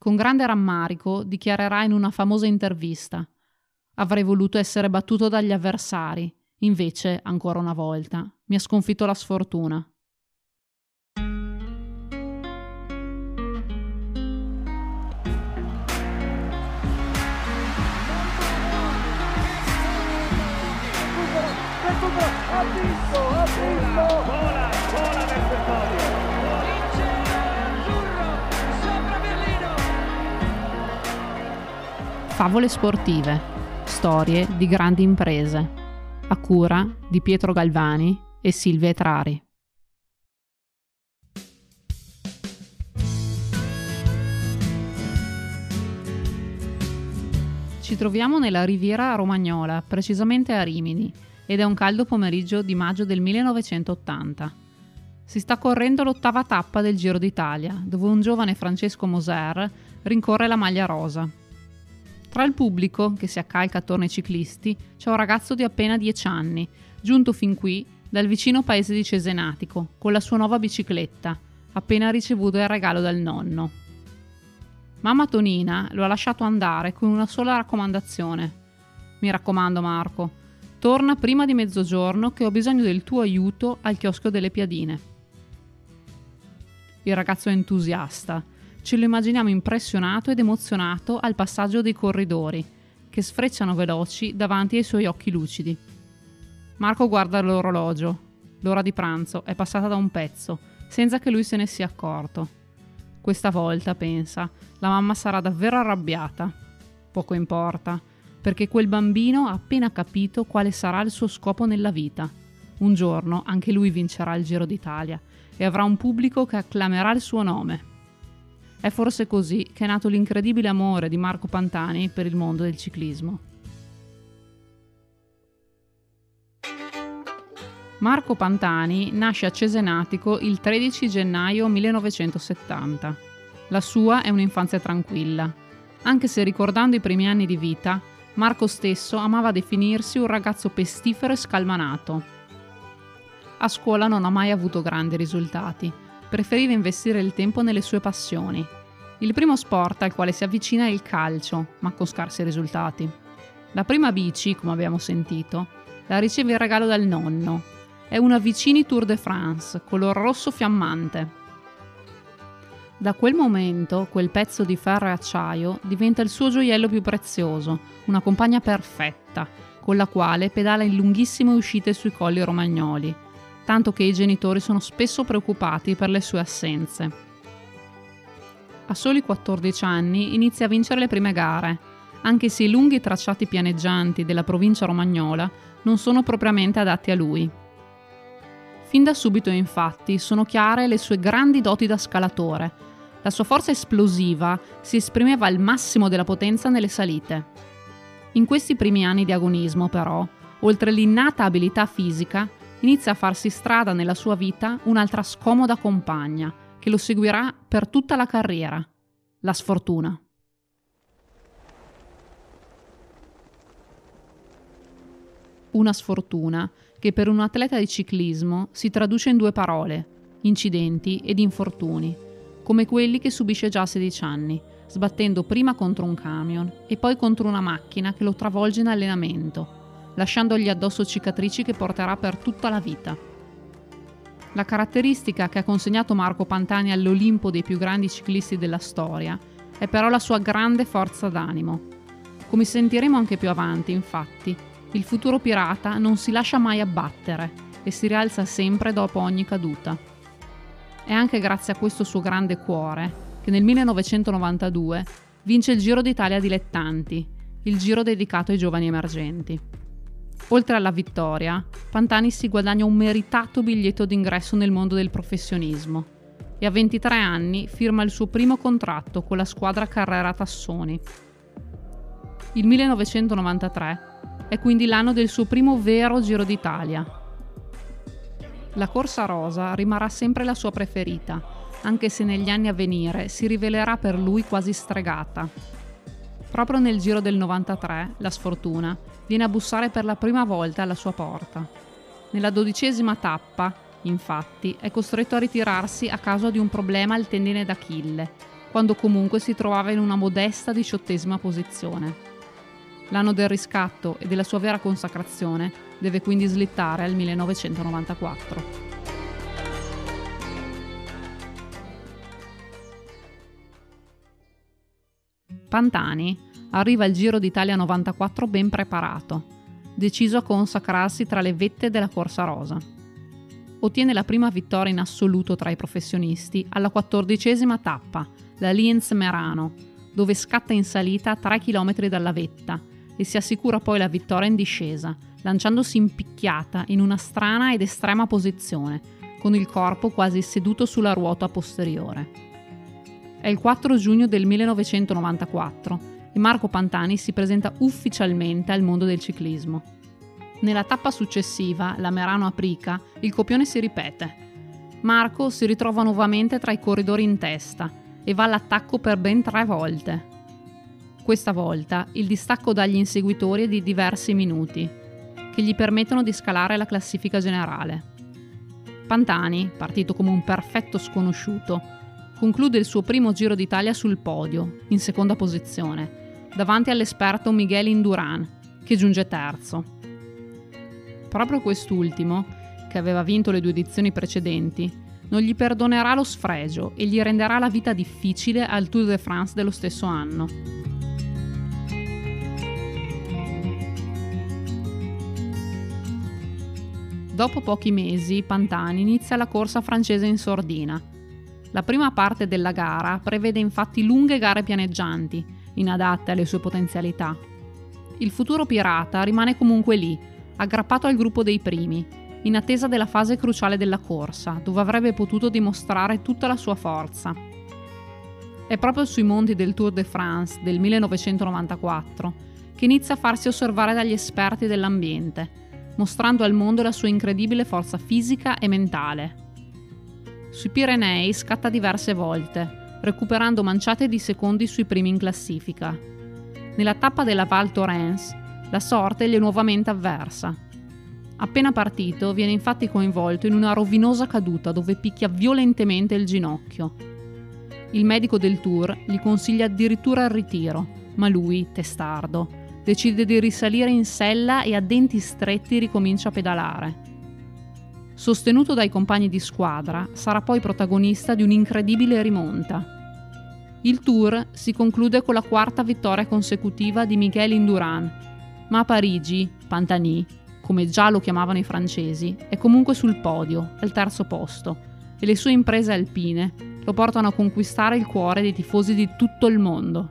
Con grande rammarico dichiarerà in una famosa intervista: «Avrei voluto essere battuto dagli avversari, invece, ancora una volta, mi ha sconfitto la sfortuna». Ha vinto! Vola verso il podio! Vince l'azzurro sopra Berlino! Favole sportive, storie di grandi imprese, a cura di Pietro Galvani e Silvia Etrari. Ci troviamo nella Riviera Romagnola, precisamente a Rimini, ed è un caldo pomeriggio di maggio del 1980. Si sta correndo l'8ª tappa del Giro d'Italia, dove un giovane Francesco Moser rincorre la maglia rosa. Tra il pubblico, che si accalca attorno ai ciclisti, c'è un ragazzo di appena 10 anni, giunto fin qui dal vicino paese di Cesenatico, con la sua nuova bicicletta, appena ricevuto il regalo dal nonno. Mamma Tonina lo ha lasciato andare con una sola raccomandazione: «Mi raccomando, Marco, torna prima di mezzogiorno che ho bisogno del tuo aiuto al chiosco delle piadine». Il ragazzo è entusiasta. Ce lo immaginiamo impressionato ed emozionato al passaggio dei corridori, che sfrecciano veloci davanti ai suoi occhi lucidi. Marco guarda l'orologio. L'ora di pranzo è passata da un pezzo, senza che lui se ne sia accorto. Questa volta, pensa, la mamma sarà davvero arrabbiata. Poco importa, perché quel bambino ha appena capito quale sarà il suo scopo nella vita. Un giorno anche lui vincerà il Giro d'Italia e avrà un pubblico che acclamerà il suo nome. È forse così che è nato l'incredibile amore di Marco Pantani per il mondo del ciclismo. Marco Pantani nasce a Cesenatico il 13 gennaio 1970. La sua è un'infanzia tranquilla, anche se ricordando i primi anni di vita, Marco stesso amava definirsi un ragazzo pestifero e scalmanato. A scuola non ha mai avuto grandi risultati, preferiva investire il tempo nelle sue passioni. Il primo sport al quale si avvicina è il calcio, ma con scarsi risultati. La prima bici, come abbiamo sentito, la riceve in regalo dal nonno. È una Vicini Tour de France, color rosso fiammante. Da quel momento, quel pezzo di ferro e acciaio diventa il suo gioiello più prezioso, una compagna perfetta, con la quale pedala in lunghissime uscite sui colli romagnoli, tanto che i genitori sono spesso preoccupati per le sue assenze. A soli 14 anni inizia a vincere le prime gare, anche se i lunghi tracciati pianeggianti della provincia romagnola non sono propriamente adatti a lui. Fin da subito, infatti, sono chiare le sue grandi doti da scalatore. La sua forza esplosiva si esprimeva al massimo della potenza nelle salite. In questi primi anni di agonismo, però, oltre l'innata abilità fisica, inizia a farsi strada nella sua vita un'altra scomoda compagna, che lo seguirà per tutta la carriera: la sfortuna. Una sfortuna che per un atleta di ciclismo si traduce in 2 parole: incidenti ed infortuni, come quelli che subisce già a 16 anni, sbattendo prima contro un camion e poi contro una macchina che lo travolge in allenamento, lasciandogli addosso cicatrici che porterà per tutta la vita. La caratteristica che ha consegnato Marco Pantani all'Olimpo dei più grandi ciclisti della storia è però la sua grande forza d'animo. Come sentiremo anche più avanti, infatti, il futuro pirata non si lascia mai abbattere e si rialza sempre dopo ogni caduta. È anche grazie a questo suo grande cuore che nel 1992 vince il Giro d'Italia Dilettanti, il giro dedicato ai giovani emergenti. Oltre alla vittoria, Pantani si guadagna un meritato biglietto d'ingresso nel mondo del professionismo e a 23 anni firma il suo primo contratto con la squadra Carrera Tassoni. Il 1993 è quindi l'anno del suo primo vero Giro d'Italia. La corsa rosa rimarrà sempre la sua preferita, anche se negli anni a venire si rivelerà per lui quasi stregata. Proprio nel Giro del 93, la sfortuna viene a bussare per la prima volta alla sua porta. Nella 12ª tappa, infatti, è costretto a ritirarsi a causa di un problema al tendine d'Achille, quando comunque si trovava in una modesta 18ª posizione. L'anno del riscatto e della sua vera consacrazione deve quindi slittare al 1994. Pantani arriva al Giro d'Italia 94 ben preparato, deciso a consacrarsi tra le vette della corsa rosa. Ottiene la prima vittoria in assoluto tra i professionisti alla 14ª tappa, la Lienz-Merano, dove scatta in salita a 3 km dalla vetta e si assicura poi la vittoria in discesa, lanciandosi in picchiata in una strana ed estrema posizione, con il corpo quasi seduto sulla ruota posteriore. È il 4 giugno del 1994 e Marco Pantani si presenta ufficialmente al mondo del ciclismo. Nella tappa successiva, la Merano-Aprica, il copione si ripete. Marco si ritrova nuovamente tra i corridori in testa e va all'attacco per ben 3 volte. Questa volta il distacco dagli inseguitori è di diversi minuti, che gli permettono di scalare la classifica generale. Pantani, partito come un perfetto sconosciuto, conclude il suo primo Giro d'Italia sul podio, in seconda posizione, davanti all'esperto Miguel Indurain, che giunge terzo. Proprio quest'ultimo, che aveva vinto le 2 edizioni precedenti, non gli perdonerà lo sfregio e gli renderà la vita difficile al Tour de France dello stesso anno. Dopo pochi mesi, Pantani inizia la corsa francese in sordina. La prima parte della gara prevede infatti lunghe gare pianeggianti, inadatte alle sue potenzialità. Il futuro pirata rimane comunque lì, aggrappato al gruppo dei primi, in attesa della fase cruciale della corsa, dove avrebbe potuto dimostrare tutta la sua forza. È proprio sui monti del Tour de France del 1994 che inizia a farsi osservare dagli esperti dell'ambiente, mostrando al mondo la sua incredibile forza fisica e mentale. Sui Pirenei scatta diverse volte, recuperando manciate di secondi sui primi in classifica. Nella tappa della Val Thorens, la sorte gli è nuovamente avversa. Appena partito, viene infatti coinvolto in una rovinosa caduta dove picchia violentemente il ginocchio. Il medico del Tour gli consiglia addirittura il ritiro, ma lui, testardo, decide di risalire in sella e a denti stretti ricomincia a pedalare. Sostenuto dai compagni di squadra, sarà poi protagonista di un'incredibile rimonta. Il Tour si conclude con la 4ª vittoria consecutiva di Miguel Indurain, ma a Parigi, Pantani, come già lo chiamavano i francesi, è comunque sul podio, al 3° posto, e le sue imprese alpine lo portano a conquistare il cuore dei tifosi di tutto il mondo.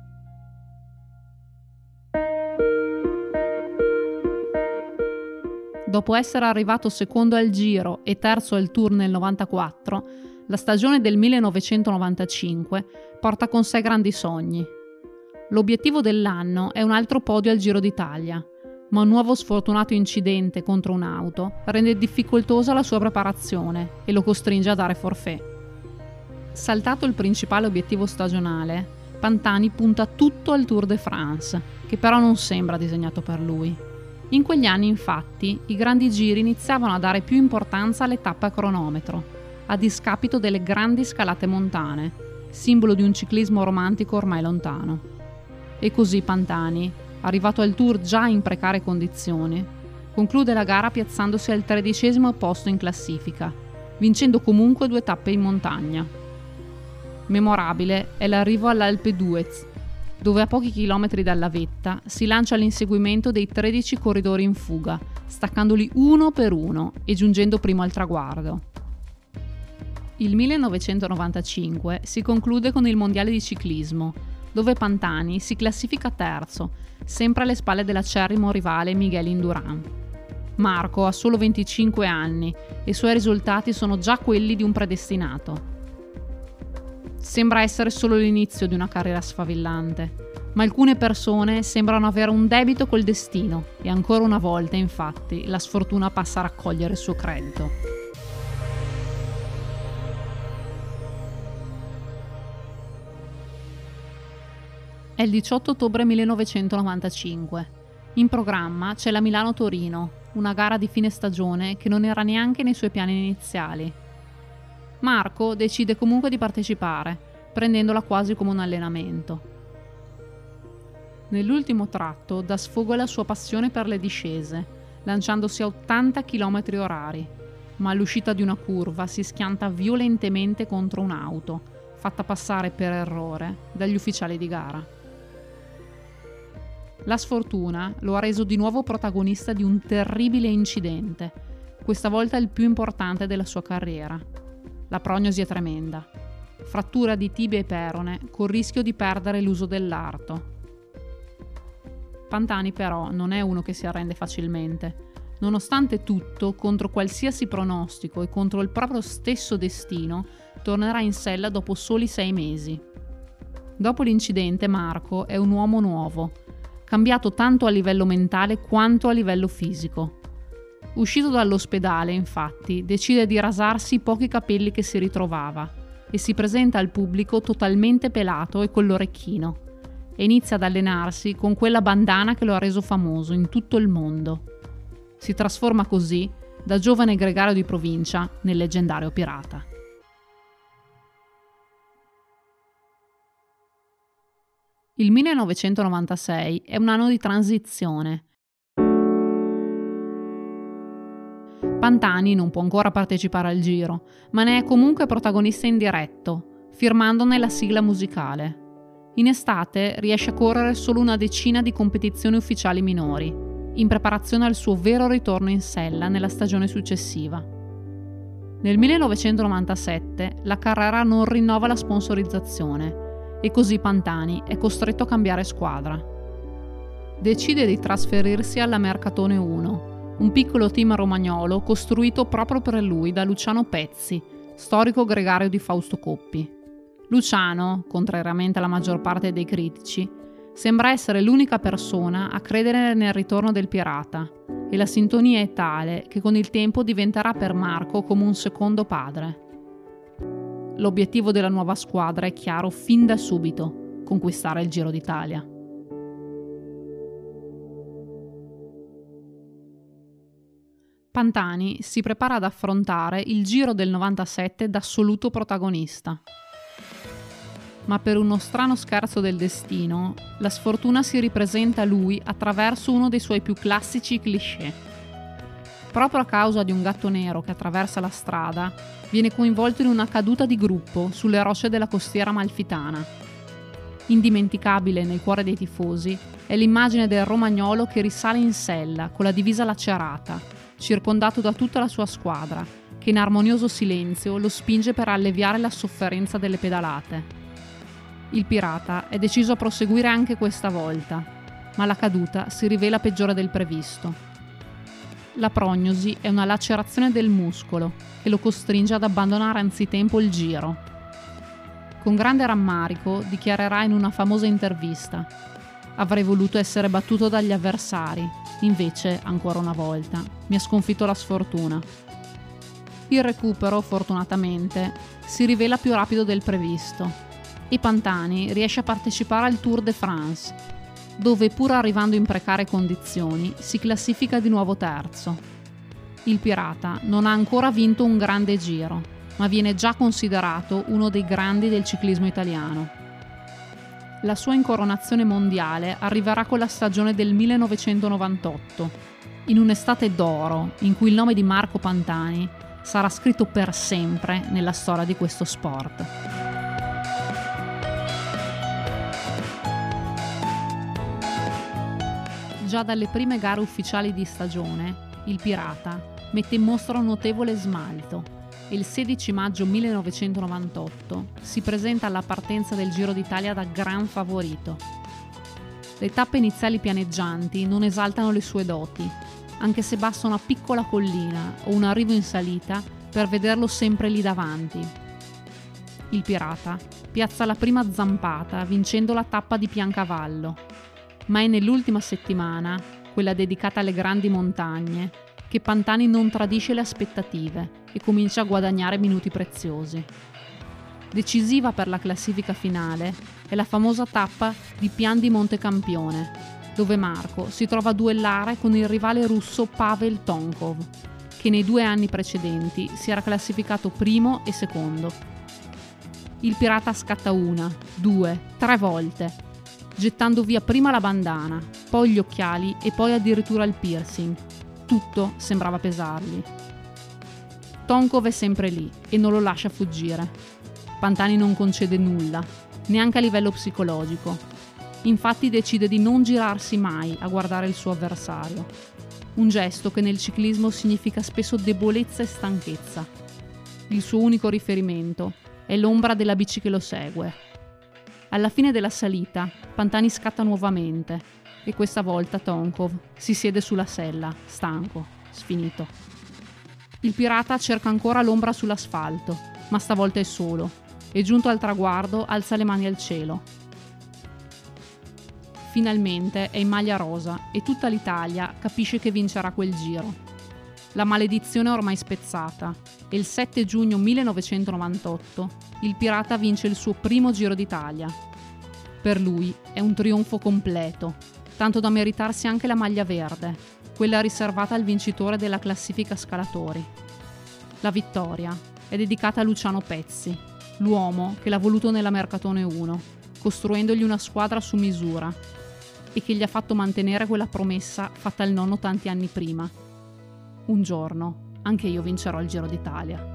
Dopo essere arrivato secondo al Giro e terzo al Tour nel 94, la stagione del 1995 porta con sé grandi sogni. L'obiettivo dell'anno è un altro podio al Giro d'Italia, ma un nuovo sfortunato incidente contro un'auto rende difficoltosa la sua preparazione e lo costringe a dare forfait. Saltato il principale obiettivo stagionale, Pantani punta tutto al Tour de France, che però non sembra disegnato per lui. In quegli anni, infatti, i grandi giri iniziavano a dare più importanza alle tappe a cronometro, a discapito delle grandi scalate montane, simbolo di un ciclismo romantico ormai lontano. E così Pantani, arrivato al Tour già in precarie condizioni, conclude la gara piazzandosi al 13° posto in classifica, vincendo comunque 2 tappe in montagna. Memorabile è l'arrivo all'Alpe d'Huez, dove a pochi chilometri dalla vetta si lancia all'inseguimento dei 13 corridori in fuga, staccandoli uno per uno e giungendo primo al traguardo. Il 1995 si conclude con il Mondiale di ciclismo, dove Pantani si classifica terzo, sempre alle spalle dell'acerrimo rivale Miguel Indurain. Marco ha solo 25 anni e i suoi risultati sono già quelli di un predestinato. Sembra essere solo l'inizio di una carriera sfavillante, ma alcune persone sembrano avere un debito col destino e ancora una volta, infatti, la sfortuna passa a raccogliere il suo credito. È il 18 ottobre 1995. In programma c'è la Milano-Torino, una gara di fine stagione che non era neanche nei suoi piani iniziali. Marco decide comunque di partecipare, prendendola quasi come un allenamento. Nell'ultimo tratto dà sfogo alla sua passione per le discese, lanciandosi a 80 km/h, ma all'uscita di una curva si schianta violentemente contro un'auto, fatta passare per errore dagli ufficiali di gara. La sfortuna lo ha reso di nuovo protagonista di un terribile incidente, questa volta il più importante della sua carriera. La prognosi è tremenda. Frattura di tibia e perone, col rischio di perdere l'uso dell'arto. Pantani però non è uno che si arrende facilmente. Nonostante tutto, contro qualsiasi pronostico e contro il proprio stesso destino, tornerà in sella dopo soli 6 mesi. Dopo l'incidente Marco è un uomo nuovo, cambiato tanto a livello mentale quanto a livello fisico. Uscito dall'ospedale, infatti, decide di rasarsi i pochi capelli che si ritrovava e si presenta al pubblico totalmente pelato e con l'orecchino. E inizia ad allenarsi con quella bandana che lo ha reso famoso in tutto il mondo. Si trasforma così, da giovane gregario di provincia, nel leggendario pirata. Il 1996 è un anno di transizione. Pantani non può ancora partecipare al Giro, ma ne è comunque protagonista indiretto, firmandone la sigla musicale. In estate riesce a correre solo una decina di competizioni ufficiali minori, in preparazione al suo vero ritorno in sella nella stagione successiva. Nel 1997 la Carrera non rinnova la sponsorizzazione e così Pantani è costretto a cambiare squadra. Decide di trasferirsi alla Mercatone 1, un piccolo team romagnolo costruito proprio per lui da Luciano Pezzi, storico gregario di Fausto Coppi. Luciano, contrariamente alla maggior parte dei critici, sembra essere l'unica persona a credere nel ritorno del pirata e la sintonia è tale che con il tempo diventerà per Marco come un secondo padre. L'obiettivo della nuova squadra è chiaro fin da subito: conquistare il Giro d'Italia. Pantani si prepara ad affrontare il Giro del 97 da assoluto protagonista. Ma per uno strano scherzo del destino, la sfortuna si ripresenta a lui attraverso uno dei suoi più classici cliché. Proprio a causa di un gatto nero che attraversa la strada, viene coinvolto in una caduta di gruppo sulle rocce della costiera amalfitana. Indimenticabile nel cuore dei tifosi è l'immagine del romagnolo che risale in sella con la divisa lacerata, circondato da tutta la sua squadra, che in armonioso silenzio lo spinge per alleviare la sofferenza delle pedalate. Il pirata è deciso a proseguire anche questa volta, ma la caduta si rivela peggiore del previsto. La prognosi è una lacerazione del muscolo che lo costringe ad abbandonare anzitempo il Giro. Con grande rammarico dichiarerà in una famosa intervista: «Avrei voluto essere battuto dagli avversari, invece, ancora una volta, mi ha sconfitto la sfortuna». Il recupero, fortunatamente, si rivela più rapido del previsto e Pantani riesce a partecipare al Tour de France, dove pur arrivando in precarie condizioni si classifica di nuovo terzo. Il pirata non ha ancora vinto un grande giro, ma viene già considerato uno dei grandi del ciclismo italiano. La sua incoronazione mondiale arriverà con la stagione del 1998, in un'estate d'oro in cui il nome di Marco Pantani sarà scritto per sempre nella storia di questo sport. Già dalle prime gare ufficiali di stagione, il pirata mette in mostra un notevole smalto e il 16 maggio 1998 si presenta alla partenza del Giro d'Italia da gran favorito. Le tappe iniziali pianeggianti non esaltano le sue doti, anche se basta una piccola collina o un arrivo in salita per vederlo sempre lì davanti. Il pirata piazza la prima zampata vincendo la tappa di Piancavallo, ma è nell'ultima settimana, quella dedicata alle grandi montagne, che Pantani non tradisce le aspettative e comincia a guadagnare minuti preziosi. Decisiva per la classifica finale è la famosa tappa di Pian di Montecampione, dove Marco si trova a duellare con il rivale russo Pavel Tonkov, che nei 2 anni precedenti si era classificato primo e secondo. il pirata scatta 1, 2, 3 volte, gettando via prima la bandana, poi gli occhiali e poi addirittura il piercing. Tutto sembrava pesargli. Tonkov è sempre lì e non lo lascia fuggire. Pantani non concede nulla, neanche a livello psicologico. Infatti decide di non girarsi mai a guardare il suo avversario. Un gesto che nel ciclismo significa spesso debolezza e stanchezza. Il suo unico riferimento è l'ombra della bici che lo segue. Alla fine della salita, Pantani scatta nuovamente e questa volta Tonkov si siede sulla sella, stanco, sfinito. Il pirata cerca ancora l'ombra sull'asfalto, ma stavolta è solo e giunto al traguardo alza le mani al cielo. Finalmente è in maglia rosa e tutta l'Italia capisce che vincerà quel giro. La maledizione è ormai spezzata e il 7 giugno 1998 il pirata vince il suo primo Giro d'Italia. Per lui è un trionfo completo, tanto da meritarsi anche la maglia verde, quella riservata al vincitore della classifica scalatori. La vittoria è dedicata a Luciano Pezzi, l'uomo che l'ha voluto nella Mercatone 1, costruendogli una squadra su misura e che gli ha fatto mantenere quella promessa fatta al nonno tanti anni prima. Un giorno anche io vincerò il Giro d'Italia.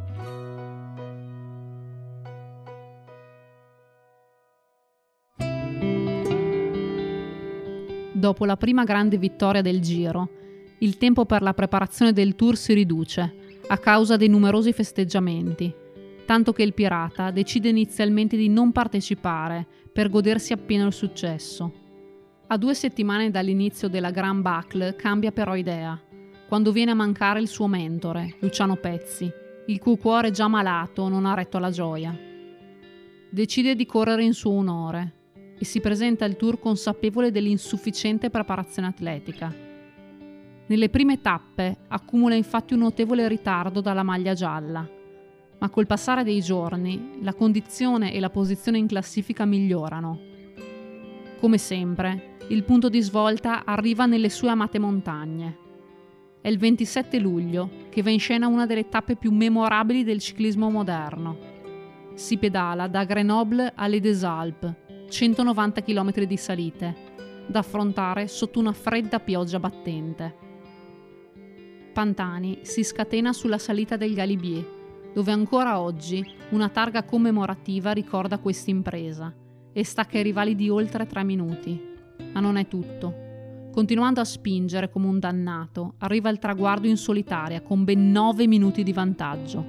Dopo la prima grande vittoria del Giro, il tempo per la preparazione del Tour si riduce a causa dei numerosi festeggiamenti, tanto che il pirata decide inizialmente di non partecipare per godersi appieno il successo. A 2 settimane dall'inizio della Grand Boucle cambia però idea, quando viene a mancare il suo mentore, Luciano Pezzi, il cui cuore già malato non ha retto alla gioia. Decide di correre in suo onore e si presenta al Tour consapevole dell'insufficiente preparazione atletica. Nelle prime tappe accumula infatti un notevole ritardo dalla maglia gialla, ma col passare dei giorni la condizione e la posizione in classifica migliorano. Come sempre, il punto di svolta arriva nelle sue amate montagne. È il 27 luglio che va in scena una delle tappe più memorabili del ciclismo moderno. Si pedala da Grenoble alle des Alpes, 190 km di salite, da affrontare sotto una fredda pioggia battente. Pantani si scatena sulla salita del Galibier, dove ancora oggi una targa commemorativa ricorda questa impresa e stacca i rivali di oltre 3 minuti. Ma non è tutto. Continuando a spingere come un dannato, arriva al traguardo in solitaria con ben 9 minuti di vantaggio.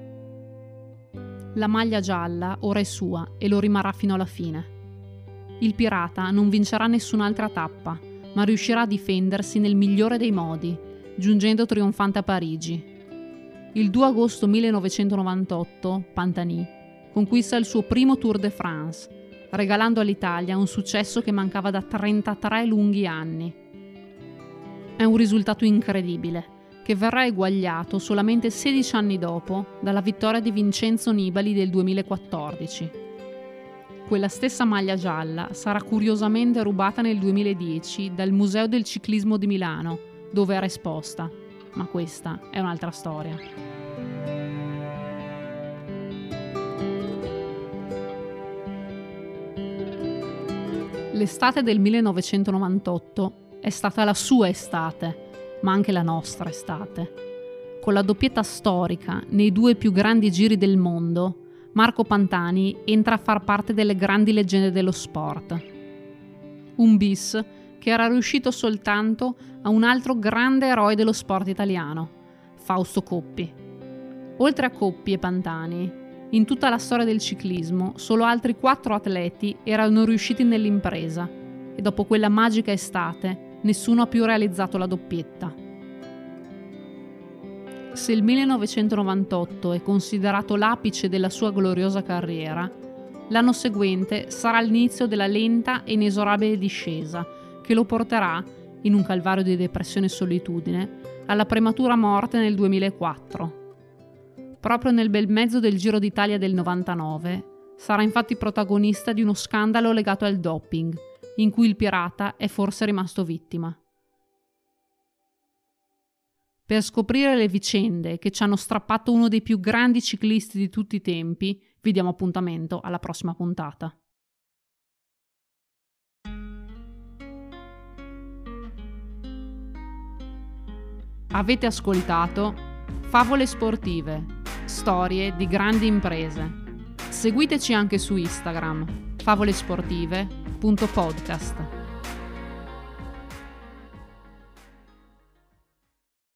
La maglia gialla ora è sua e lo rimarrà fino alla fine. Il pirata non vincerà nessun'altra tappa, ma riuscirà a difendersi nel migliore dei modi, giungendo trionfante a Parigi. Il 2 agosto 1998, Pantani conquista il suo primo Tour de France, regalando all'Italia un successo che mancava da 33 lunghi anni. È un risultato incredibile, che verrà eguagliato solamente 16 anni dopo dalla vittoria di Vincenzo Nibali del 2014. Quella stessa maglia gialla sarà curiosamente rubata nel 2010 dal Museo del Ciclismo di Milano, dove era esposta, ma questa è un'altra storia. L'estate del 1998 è stata la sua estate, ma anche la nostra estate. Con la doppietta storica nei 2 più grandi giri del mondo, Marco Pantani entra a far parte delle grandi leggende dello sport. Un bis che era riuscito soltanto a un altro grande eroe dello sport italiano, Fausto Coppi. Oltre a Coppi e Pantani, in tutta la storia del ciclismo solo altri 4 atleti erano riusciti nell'impresa e dopo quella magica estate nessuno ha più realizzato la doppietta. Se il 1998 è considerato l'apice della sua gloriosa carriera, l'anno seguente sarà l'inizio della lenta e inesorabile discesa che lo porterà, in un calvario di depressione e solitudine, alla prematura morte nel 2004. Proprio nel bel mezzo del Giro d'Italia del 99 sarà infatti protagonista di uno scandalo legato al doping, in cui il pirata è forse rimasto vittima. Per scoprire le vicende che ci hanno strappato uno dei più grandi ciclisti di tutti i tempi, Vi diamo appuntamento alla prossima puntata. Avete ascoltato Favole sportive, storie di grandi imprese. Seguiteci anche su Instagram, favolesportive.podcast.